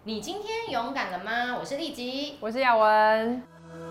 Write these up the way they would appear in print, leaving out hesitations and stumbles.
你今天勇敢了吗？我是丽吉， 我是雅文。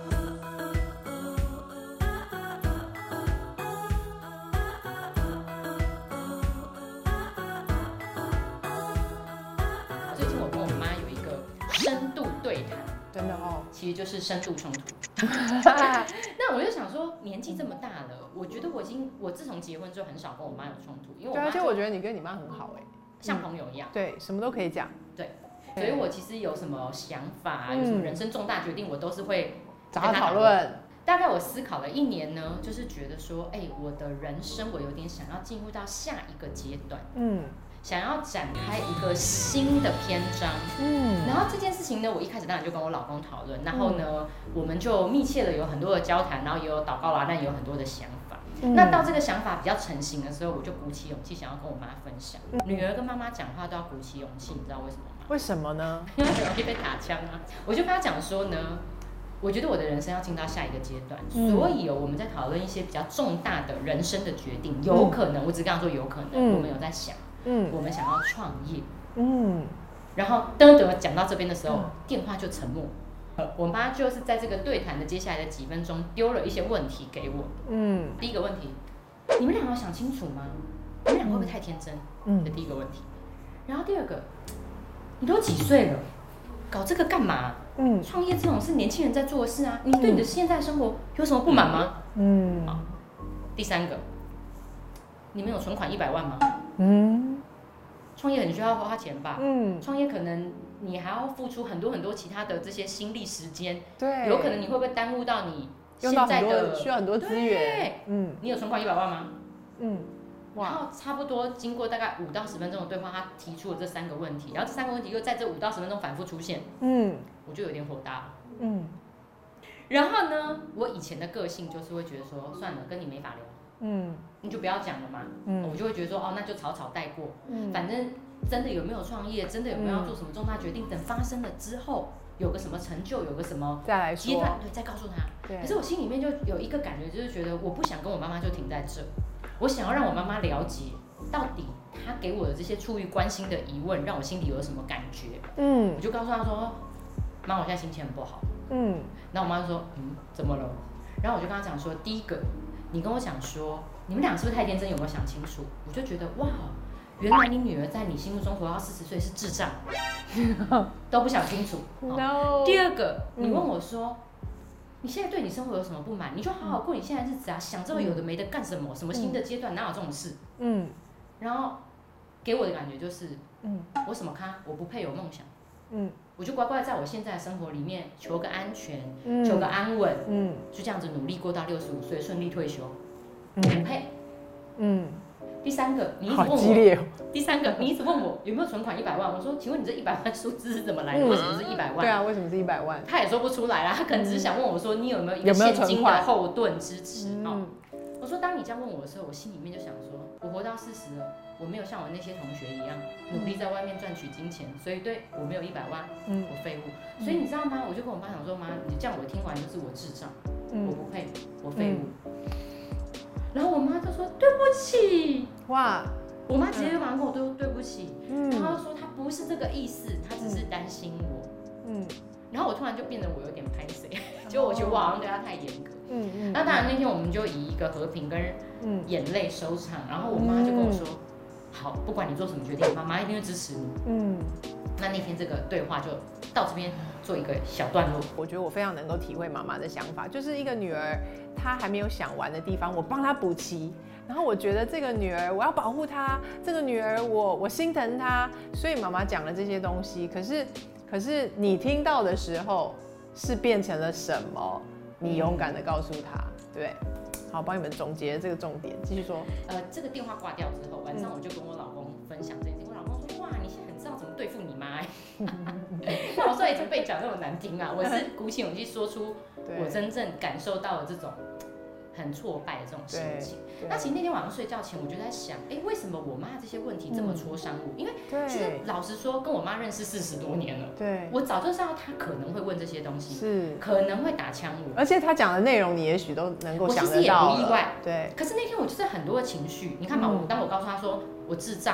最近我跟我妈有一个深度对谈， 真的哦， 其实就是深度冲突。那我就想说，年纪这么大了，我觉得我自从结婚之后很少跟我妈有冲突，因为我妈对，而且我觉得你跟你妈很好哎， 像朋友一样， 对，什么都可以讲。 对，所以我其实有什么想法，有什么人生重大决定，我都是会找她讨论。 大概我思考了1年呢，就是觉得说，我的人生我有点想要进入到下一个阶段，想要展开一个新的篇章，然后这件事情呢，我一开始当然就跟我老公讨论，然后呢，我们就密切的有很多的交谈，然后也有祷告啦，但也有很多的想法。那到这个想法比较成型的时候，我就鼓起勇气想要跟我妈分享。女儿跟妈妈讲话都要鼓起勇气，你知道为什么吗？ 为什么呢？ 因为很容易被打枪啊。我就跟她讲说呢，我觉得我的人生要进到下一个阶段，所以我们在讨论一些比较重大的人生的决定，有可能，我只跟她说有可能，我们有在想。我们想要创业，然后讲到这边的时候，电话就沉默。我妈就是在这个对谈的接下来的几分钟，丢了一些问题给我。第一个问题，你们两个想清楚吗？你们两个会不会太天真？这第一个问题。然后第二个，你都几岁了，搞这个干嘛？创业这种是年轻人在做的事啊，你对你的现在生活有什么不满吗？好。第三个，你们有存款100万吗？创业很需要花钱吧？创业可能你还要付出很多很多其他的这些心力时间，对，有可能你会不会耽误到你现在的需要很多资源？ 你有存款100万吗？然后差不多经过大概5到10分钟的对话，他提出了这3个问题，然后这3个问题又在这5到10分钟反复出现，我就有点火大了。然后呢，我以前的个性就是会觉得说，算了，跟你没法聊。你就不要讲了嘛。我就会觉得说，那就草草带过。反正真的有没有创业，真的有没有要做什么重大决定，等发生了之后，有个什么成就，有个什么再来说， 对，再告诉他。可是我心里面就有一个感觉，就是觉得我不想跟我妈妈就停在这，我想要让我妈妈了解到底她给我的这些出于关心的疑问，让我心里有什么感觉。我就告诉她说，妈，我现在心情很不好。然后我妈就说，怎么了？然后我就跟她讲说，第一个，你跟我讲说，你们俩是不是太天真？有没有想清楚？我就觉得哇，原来你女儿在你心目中活到40岁是智障，都不想清楚。第二个，你问我说，你现在对你生活有什么不满？你就好好过你现在的日子啊，想这个有的没的干什么？什么新的阶段哪有这种事？然后给我的感觉就是，我什么咖，我不配有梦想。我就乖乖在我现在的生活里面求个安全，求个安稳，就这样子努力过到65岁，顺利退休。我不配。第三个，你一直问我，第三个，你一直问我有没有存款100万？我说，请问你这100万数字是怎么来的？为什么是100万？ 对啊，为什么是100万？ 他也说不出来啦，他可能只是想问我说，你有没有一个现金的后盾支持？我说，当你这样问我的时候，我心里面就想说，我活到40了，我没有像我那些同学一样努力在外面赚取金钱，所以对我没有100万，我废物。所以你知道吗？我就跟我妈讲说，妈，你这样我听完就是我智障，我不配，我废物。然后我妈就说对不起，哇！我妈直接就马上跟我说对不起，然后说她不是这个意思，她只是担心我。然后我突然就变得我有点拍谁，结果我觉得我好像对她太严格。那当然那天我们就以一个和平跟眼泪收场，然后我妈就跟我说，好，不管你做什么决定，妈妈一定会支持你。那天这个对话就到这边做一个小段落。 我觉得我非常能够体会妈妈的想法，就是一个女儿她还没有想完的地方，我帮她补齐。然后我觉得这个女儿我要保护她，这个女儿我心疼她，所以妈妈讲了这些东西。可是你听到的时候是变成了什么？你勇敢的告诉她，对。好，帮你们总结这个重点，继续说。 这个电话挂掉之后，晚上我就跟我老公分享这件事情。我老公说：“哇，你现在很知道怎么对付你妈。”那我说：“怎么被讲那么难听啊？”我是鼓起勇气说出我真正感受到的这种很挫败的这种心情。那其实那天晚上睡觉前，我就在想，为什么我妈这些问题这么戳伤我？因为其实老实说，跟我妈认识40多年了，对，我早就知道她可能会问这些东西，是可能会打枪我， 而且她讲的内容你也许都能够想得到了， 我其实也不意外， 对。 可是那天我就是很多的情绪，你看嘛，当我告诉她说我智障啊，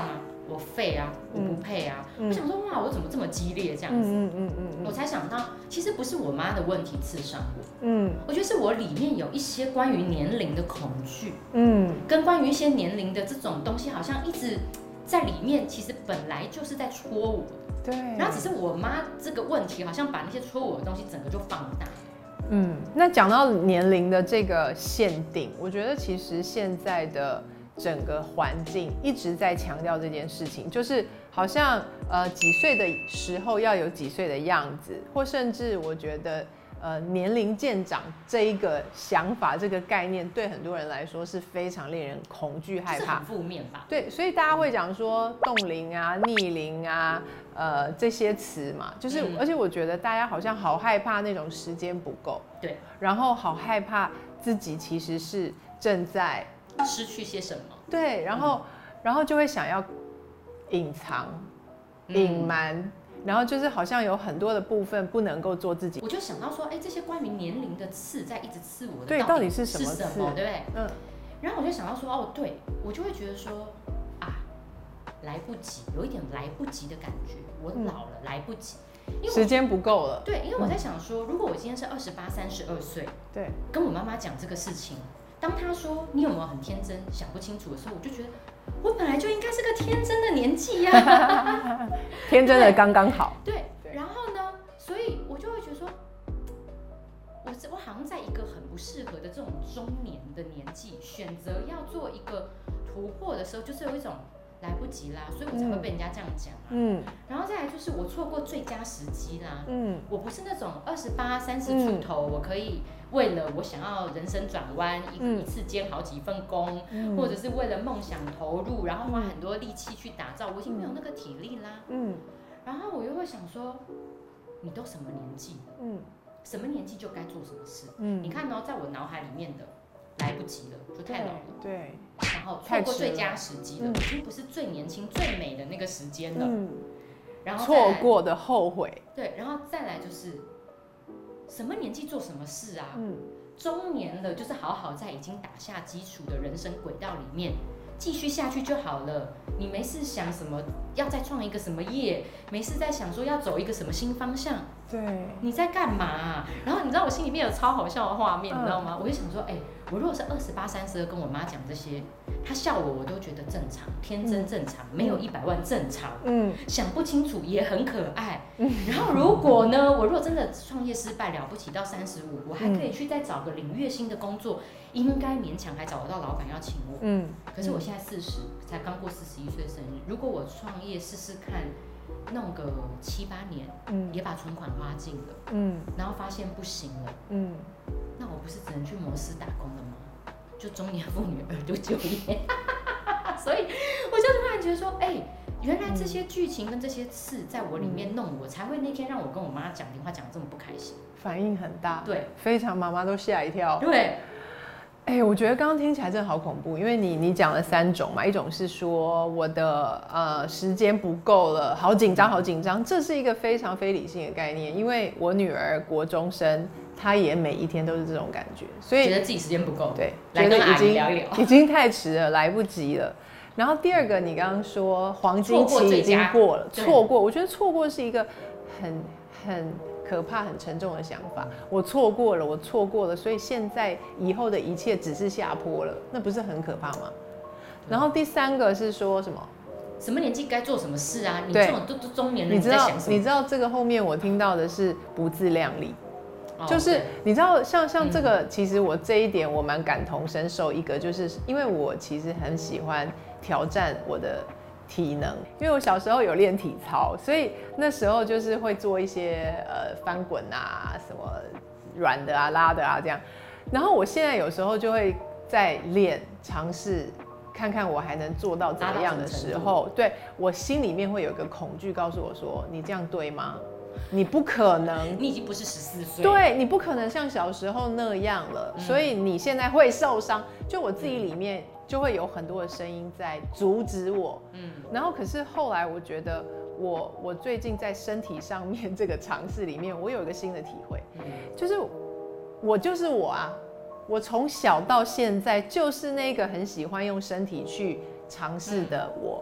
我废啊，我不配啊。我想说哇，我怎么这么激烈这样子？我才想到，其实不是我妈的问题刺伤我，我觉得是我里面有一些关于年龄的恐惧，跟关于一些年龄的这种东西，好像一直在里面，其实本来就是在戳我。 对， 然后只是我妈这个问题，好像把那些戳我的东西整个就放大。 那讲到年龄的这个限定，我觉得其实现在的整个环境一直在强调这件事情，就是好像几岁的时候要有几岁的样子，或甚至我觉得年龄渐长这一个想法，这个概念对很多人来说是非常令人恐惧害怕， 很负面吧？ 对，所以大家会讲说冻龄啊、逆龄啊，这些词嘛，就是而且我觉得大家好像好害怕那种时间不够， 对， 然后好害怕自己其实是正在失去些什么， 对，然后就会想要隐藏、隐瞒。然后就是好像有很多的部分不能够做自己， 我就想到说，这些关于年龄的刺在一直刺我的， 对，到底是什么刺， 对不对？然后我就想到说，对，我就会觉得说，来不及，有一点来不及的感觉，我老了，来不及，因为时间不够了。 对，因为我在想说，如果我今天是28、32岁， 对， 跟我妈妈讲这个事情，当她说你有没有很天真，想不清楚的时候，我就觉得。我本来就应该是个天真的年纪呀， 天真的刚刚好。 对，然后呢，所以我就会觉得说，我好像在一个很不适合的这种中年的年纪，选择要做一个突破的时候，就是有一种来不及啦，所以我才会被人家这样讲然后再来就是我错过最佳时机啦。我不是那种28、30出头，我可以为了我想要人生转弯，一次兼好几份工，或者是为了梦想投入，然后花很多力气去打造，我已经没有那个体力啦。然后我又会想说，你都什么年纪了？什么年纪就该做什么事？你看哦，在我脑海里面的来不及了，就太老了。 对。 然后错过最佳时机了，已经不是最年轻、最美的那个时间了。然后错过的后悔。 对，然后再来就是什么年纪做什么事啊？中年了，就是好好在已经打下基础的人生轨道里面继续下去就好了。你没事想什么要再创一个什么业，没事在想说要走一个什么新方向。 对， 你在干嘛然后你知道我心里面有超好笑的画面，你知道吗？我就想说，我如果是28、32跟我妈讲这些，她笑我都觉得正常，天真正常，没有100万正常，想不清楚也很可爱。然后如果呢，我如果真的创业失败了不起到35，我还可以去再找个领月薪的工作，应该勉强还找得到老板要请我。可是我现在40，才刚过41岁生日，如果我创业试试看。弄个7、8年，也把存款花尽了，然后发现不行了，那我不是只能去摩斯打工了吗？就中年妇女2度就业，所以我就突然觉得说，原来这些剧情跟这些刺在我里面弄我，才会那天让我跟我妈讲电话讲得这么不开心， 反应很大， 对， 非常妈妈都吓一跳， 对。 我觉得刚刚听起来真的好恐怖，因为你讲了3种嘛，一种是说我的时间不够了，好紧张好紧张，这是一个非常非理性的概念，因为我女儿国中生，她也每一天都是这种感觉，所以觉得自己时间不够， 对， 来跟阿姨聊一聊， 已经太迟了，来不及了。然后第二个，你刚刚说黄金期已经过了，错过，我觉得错过是一个很可怕、很沉重的想法。我错过了，所以现在以后的一切只是下坡了，那不是很可怕吗？然后第3个是说什么？ 什么年纪该做什么事啊？你这种都中年人，你在想什么？ 你知道这个后面我听到的是不自量力，就是你知道像这个，其实我这一点我蛮感同身受。一个就是因为我其实很喜欢挑战我的体能，因为我小时候有练体操，所以那时候就是会做一些翻滚啊、什么软的啊、拉的啊这样。然后我现在有时候就会在练，尝试看看我还能做到怎么样的时候，对我心里面会有一个恐惧告诉我说：“你这样对吗？你不可能， 你已经不是14岁， 对你不可能像小时候那样了，所以你现在会受伤。”就我自己里面就会有很多的声音在阻止我，然后可是后来我觉得我最近在身体上面这个尝试里面，我有一个新的体会，就是我就是我啊，我从小到现在就是那个很喜欢用身体去尝试的我，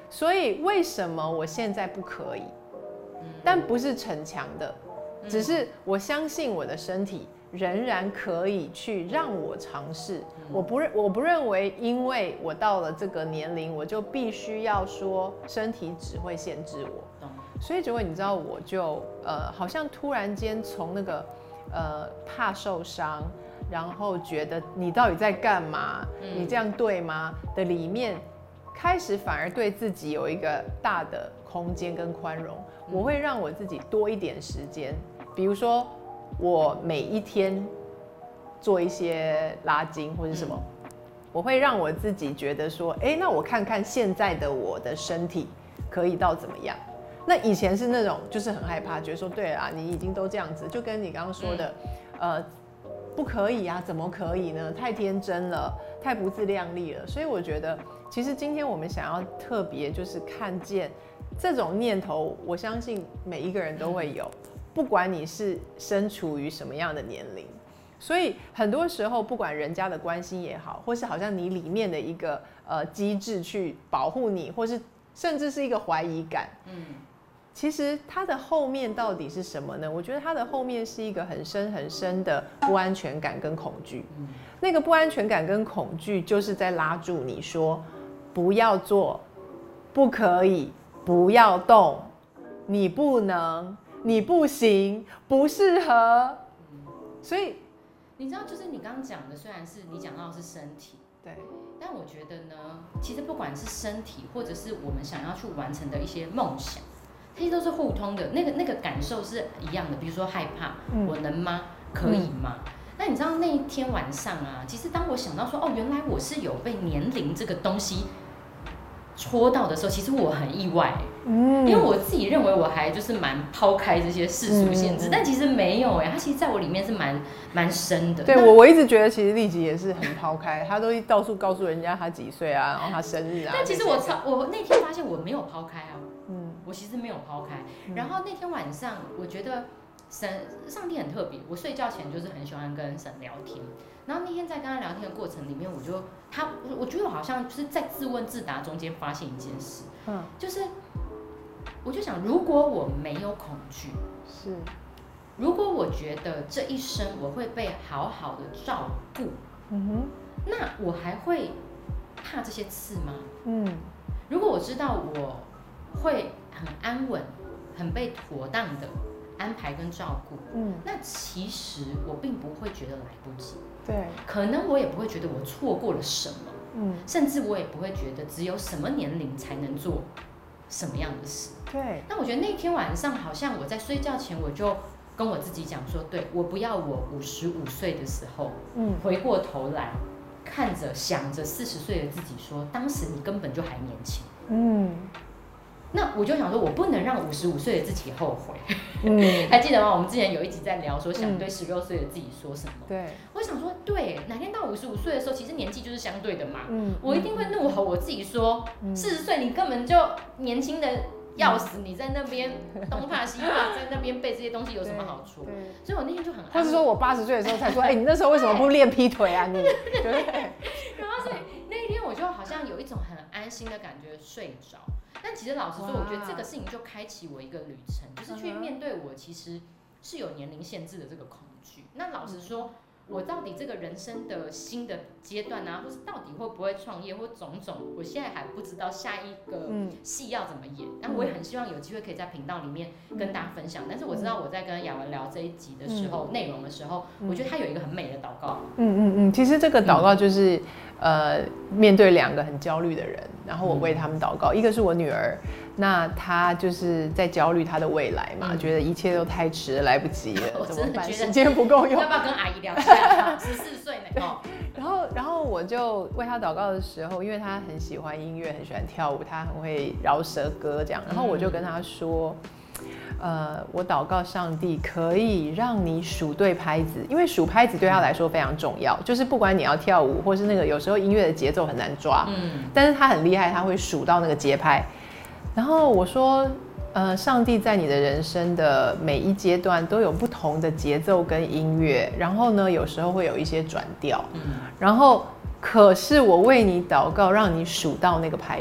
所以为什么我现在不可以？但不是逞强的，只是我相信我的身体仍然可以去让我尝试。我不认为，因为我到了这个年龄，我就必须要说身体只会限制我。所以结果你知道，我就好像突然间从那个怕受伤，然后觉得你到底在干嘛？你这样对吗？的里面，开始反而对自己有一个大的空间跟宽容。我会让我自己多一点时间，比如说我每一天做一些拉筋或者什么，我会让我自己觉得说，那我看看现在的我的身体可以到怎么样。那以前是那种就是很害怕，觉得说对啊，你已经都这样子，就跟你刚刚说的，不可以啊，怎么可以呢？太天真了，太不自量力了。所以我觉得，其实今天我们想要特别就是看见这种念头，我相信每一个人都会有，不管你是身处于什么样的年龄。所以很多时候，不管人家的关心也好，或是好像你里面的一个机制去保护你，或是甚至是一个怀疑感，其实它的后面到底是什么呢？我觉得它的后面是一个很深很深的不安全感跟恐惧。那个不安全感跟恐惧就是在拉住你说，不要做，不可以，不要动，你不能，你不行，不适合。所以你知道，就是你刚刚讲的，虽然是你讲到的是身体， 对， 但我觉得呢，其实不管是身体，或者是我们想要去完成的一些梦想，这些都是互通的，那个感受是一样的。比如说害怕，我能吗？可以吗？那你知道那一天晚上啊，其实当我想到说，原来我是有被年龄这个东西戳到的时候，其实我很意外，因为我自己认为我还就是蛮抛开这些世俗限制，但其实没有它其实在我里面是蛮深的。 对，我一直觉得其实立即也是很抛开，他都到处告诉人家他几岁啊，然后他生日啊。 但其实我那天发现我没有抛开啊，我其实没有抛开。然后那天晚上，我觉得上帝很特别。我睡觉前就是很喜欢跟神聊天，然后那天在跟他聊天的过程里面，我觉得我好像就是在自问自答中间发现一件事，就是我就想，如果我没有恐惧，如果我觉得这一生我会被好好的照顾，那我还会怕这些刺吗？如果我知道我会很安稳、很被妥当的安排跟照顾，那其实我并不会觉得来不及， 对， 可能我也不会觉得我错过了什么，甚至我也不会觉得只有什么年龄才能做什么样的事， 对。 那我觉得那天晚上好像我在睡觉前我就跟我自己讲说，对，我不要我55岁的时候，回过头来看着想着40岁的自己说，当时你根本就还年轻，那我就想说，我不能让55岁的自己后悔。还记得吗？我们之前有一集在聊说，想对16岁的自己说什么。 对， 我想说，对，哪天到55岁的时候，其实年纪就是相对的嘛。我一定会怒吼我自己说，40岁你根本就年轻的要死，你在那边东怕西怕，在那边背这些东西有什么好处？所以我那天就很， 或是说我80岁的时候才说，你那时候为什么不练劈腿啊？你对。 然后所以那一天我就好像有一种很安心的感觉，睡着。但其实老实说，我觉得这个事情就开启我一个旅程，就是去面对我其实是有年龄限制的这个恐惧。那老实说，我到底这个人生的新的阶段啊，或是到底会不会创业或种种，我现在还不知道下一个戏要怎么演。但我也很希望有机会可以在频道里面跟大家分享。但是我知道我在跟雅文聊这一集的时候，内容的时候，我觉得他有一个很美的祷告。 其实这个祷告就是面对2个很焦虑的人，然后我为他们祷告。一个是我女儿，那她就是在焦虑她的未来嘛，觉得一切都太迟了，来不及了，怎么办？时间不够用。 要不要跟阿姨聊一下？14岁呢？ 然后我就为她祷告的时候，因为她很喜欢音乐，很喜欢跳舞，她很会饶舌歌这样，然后我就跟她说。我祷告上帝可以让你数对拍子，因为数拍子对他来说非常重要。就是不管你要跳舞，或是那个有时候音乐的节奏很难抓，但是他很厉害，他会数到那个节拍。然后我说，上帝在你的人生的每一阶段都有不同的节奏跟音乐，然后呢，有时候会有一些转调，然后可是我为你祷告，让你数到那个拍子。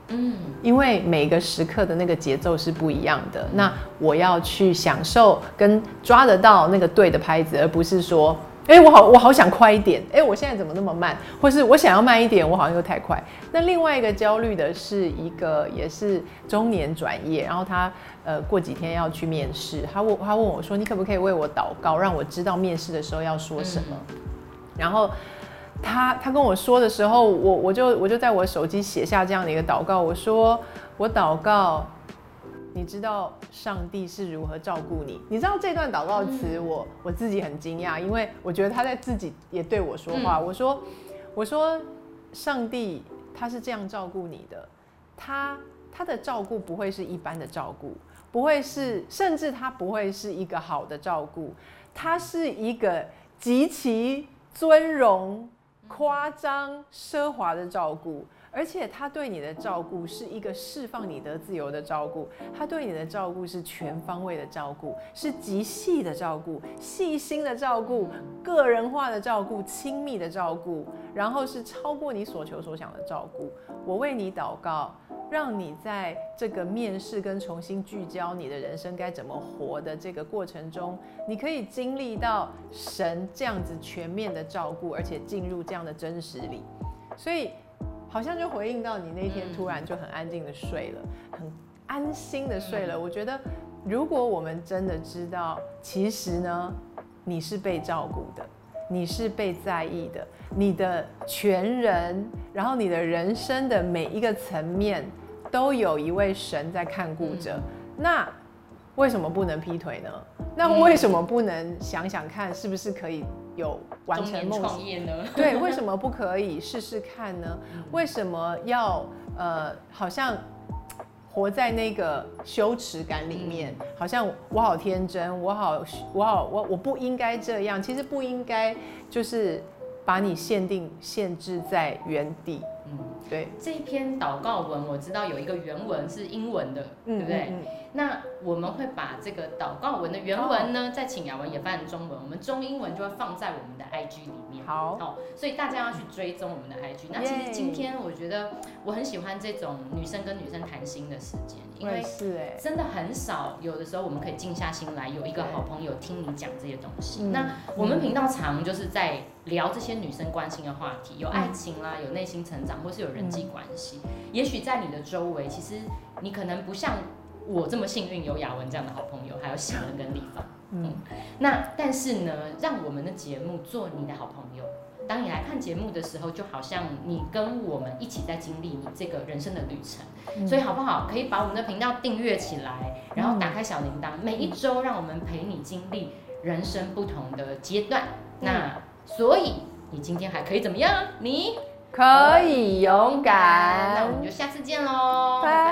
因为每个时刻的那个节奏是不一样的。那我要去享受跟抓得到那个对的拍子，而不是说，我好想快一点，我现在怎么那么慢，或是我想要慢一点，我好像又太快。那另外一个焦虑的是一个也是中年转业，然后他过几天要去面试，他问我说，你可不可以为我祷告，让我知道面试的时候要说什么？然后他跟我说的时候，我就在我手机写下这样的一个祷告，我说我祷告，你知道上帝是如何照顾你。你知道这段祷告词，我自己很惊讶，因为我觉得他在自己也对我说话。我说上帝他是这样照顾你的，他的照顾不会是一般的照顾，不会是，甚至他不会是一个好的照顾，他是一个极其尊荣、夸张、奢华的照顾。而且他对你的照顾是一个释放你得自由的照顾，他对你的照顾是全方位的照顾，是极细的照顾、细心的照顾、个人化的照顾、亲密的照顾，然后是超过你所求所想的照顾。我为你祷告，让你在这个面试跟重新聚焦你的人生该怎么活的这个过程中，你可以经历到神这样子全面的照顾，而且进入这样的真实里。所以好像就回应到你那天突然就很安静的睡了，很安心的睡了。我觉得如果我们真的知道，其实呢，你是被照顾的，你是被在意的，你的全人，然后你的人生的每一个层面都有一位神在看顾着。那为什么不能劈腿呢？那为什么不能想想看，是不是可以有完成梦想？ 创业呢？ 对，为什么不可以试试看呢？为什么要好像活在那个羞耻感里面？好像我好天真，我不应该这样。其实不应该，就是把你限制在原地。对。 这一篇祷告文我知道有一个原文是英文的，对不对？那我们会把这个祷告文的原文呢，再请雅文也翻成中文，我们中英文就会放在我们的 IG 里面。好，所以大家要去追踪我们的 IG。那其实今天我觉得我很喜欢这种女生跟女生谈心的时间，因为真的很少，有的时候我们可以静下心来，有一个好朋友听你讲这些东西。那我们频道常就是在聊这些女生关心的话题，有爱情啦，有内心成长，或是有人际关系。也许在你的周围，其实你可能不像我这么幸运，有雅文这样的好朋友，还有喜恩跟丽芳。那但是呢，让我们的节目做你的好朋友。当你来看节目的时候，就好像你跟我们一起在经历你这个人生的旅程。所以好不好？可以把我们的频道订阅起来，然后打开小铃铛，每一周让我们陪你经历人生不同的阶段。那所以你今天还可以怎么样？你可以勇敢。那我们就下次见喽，拜拜。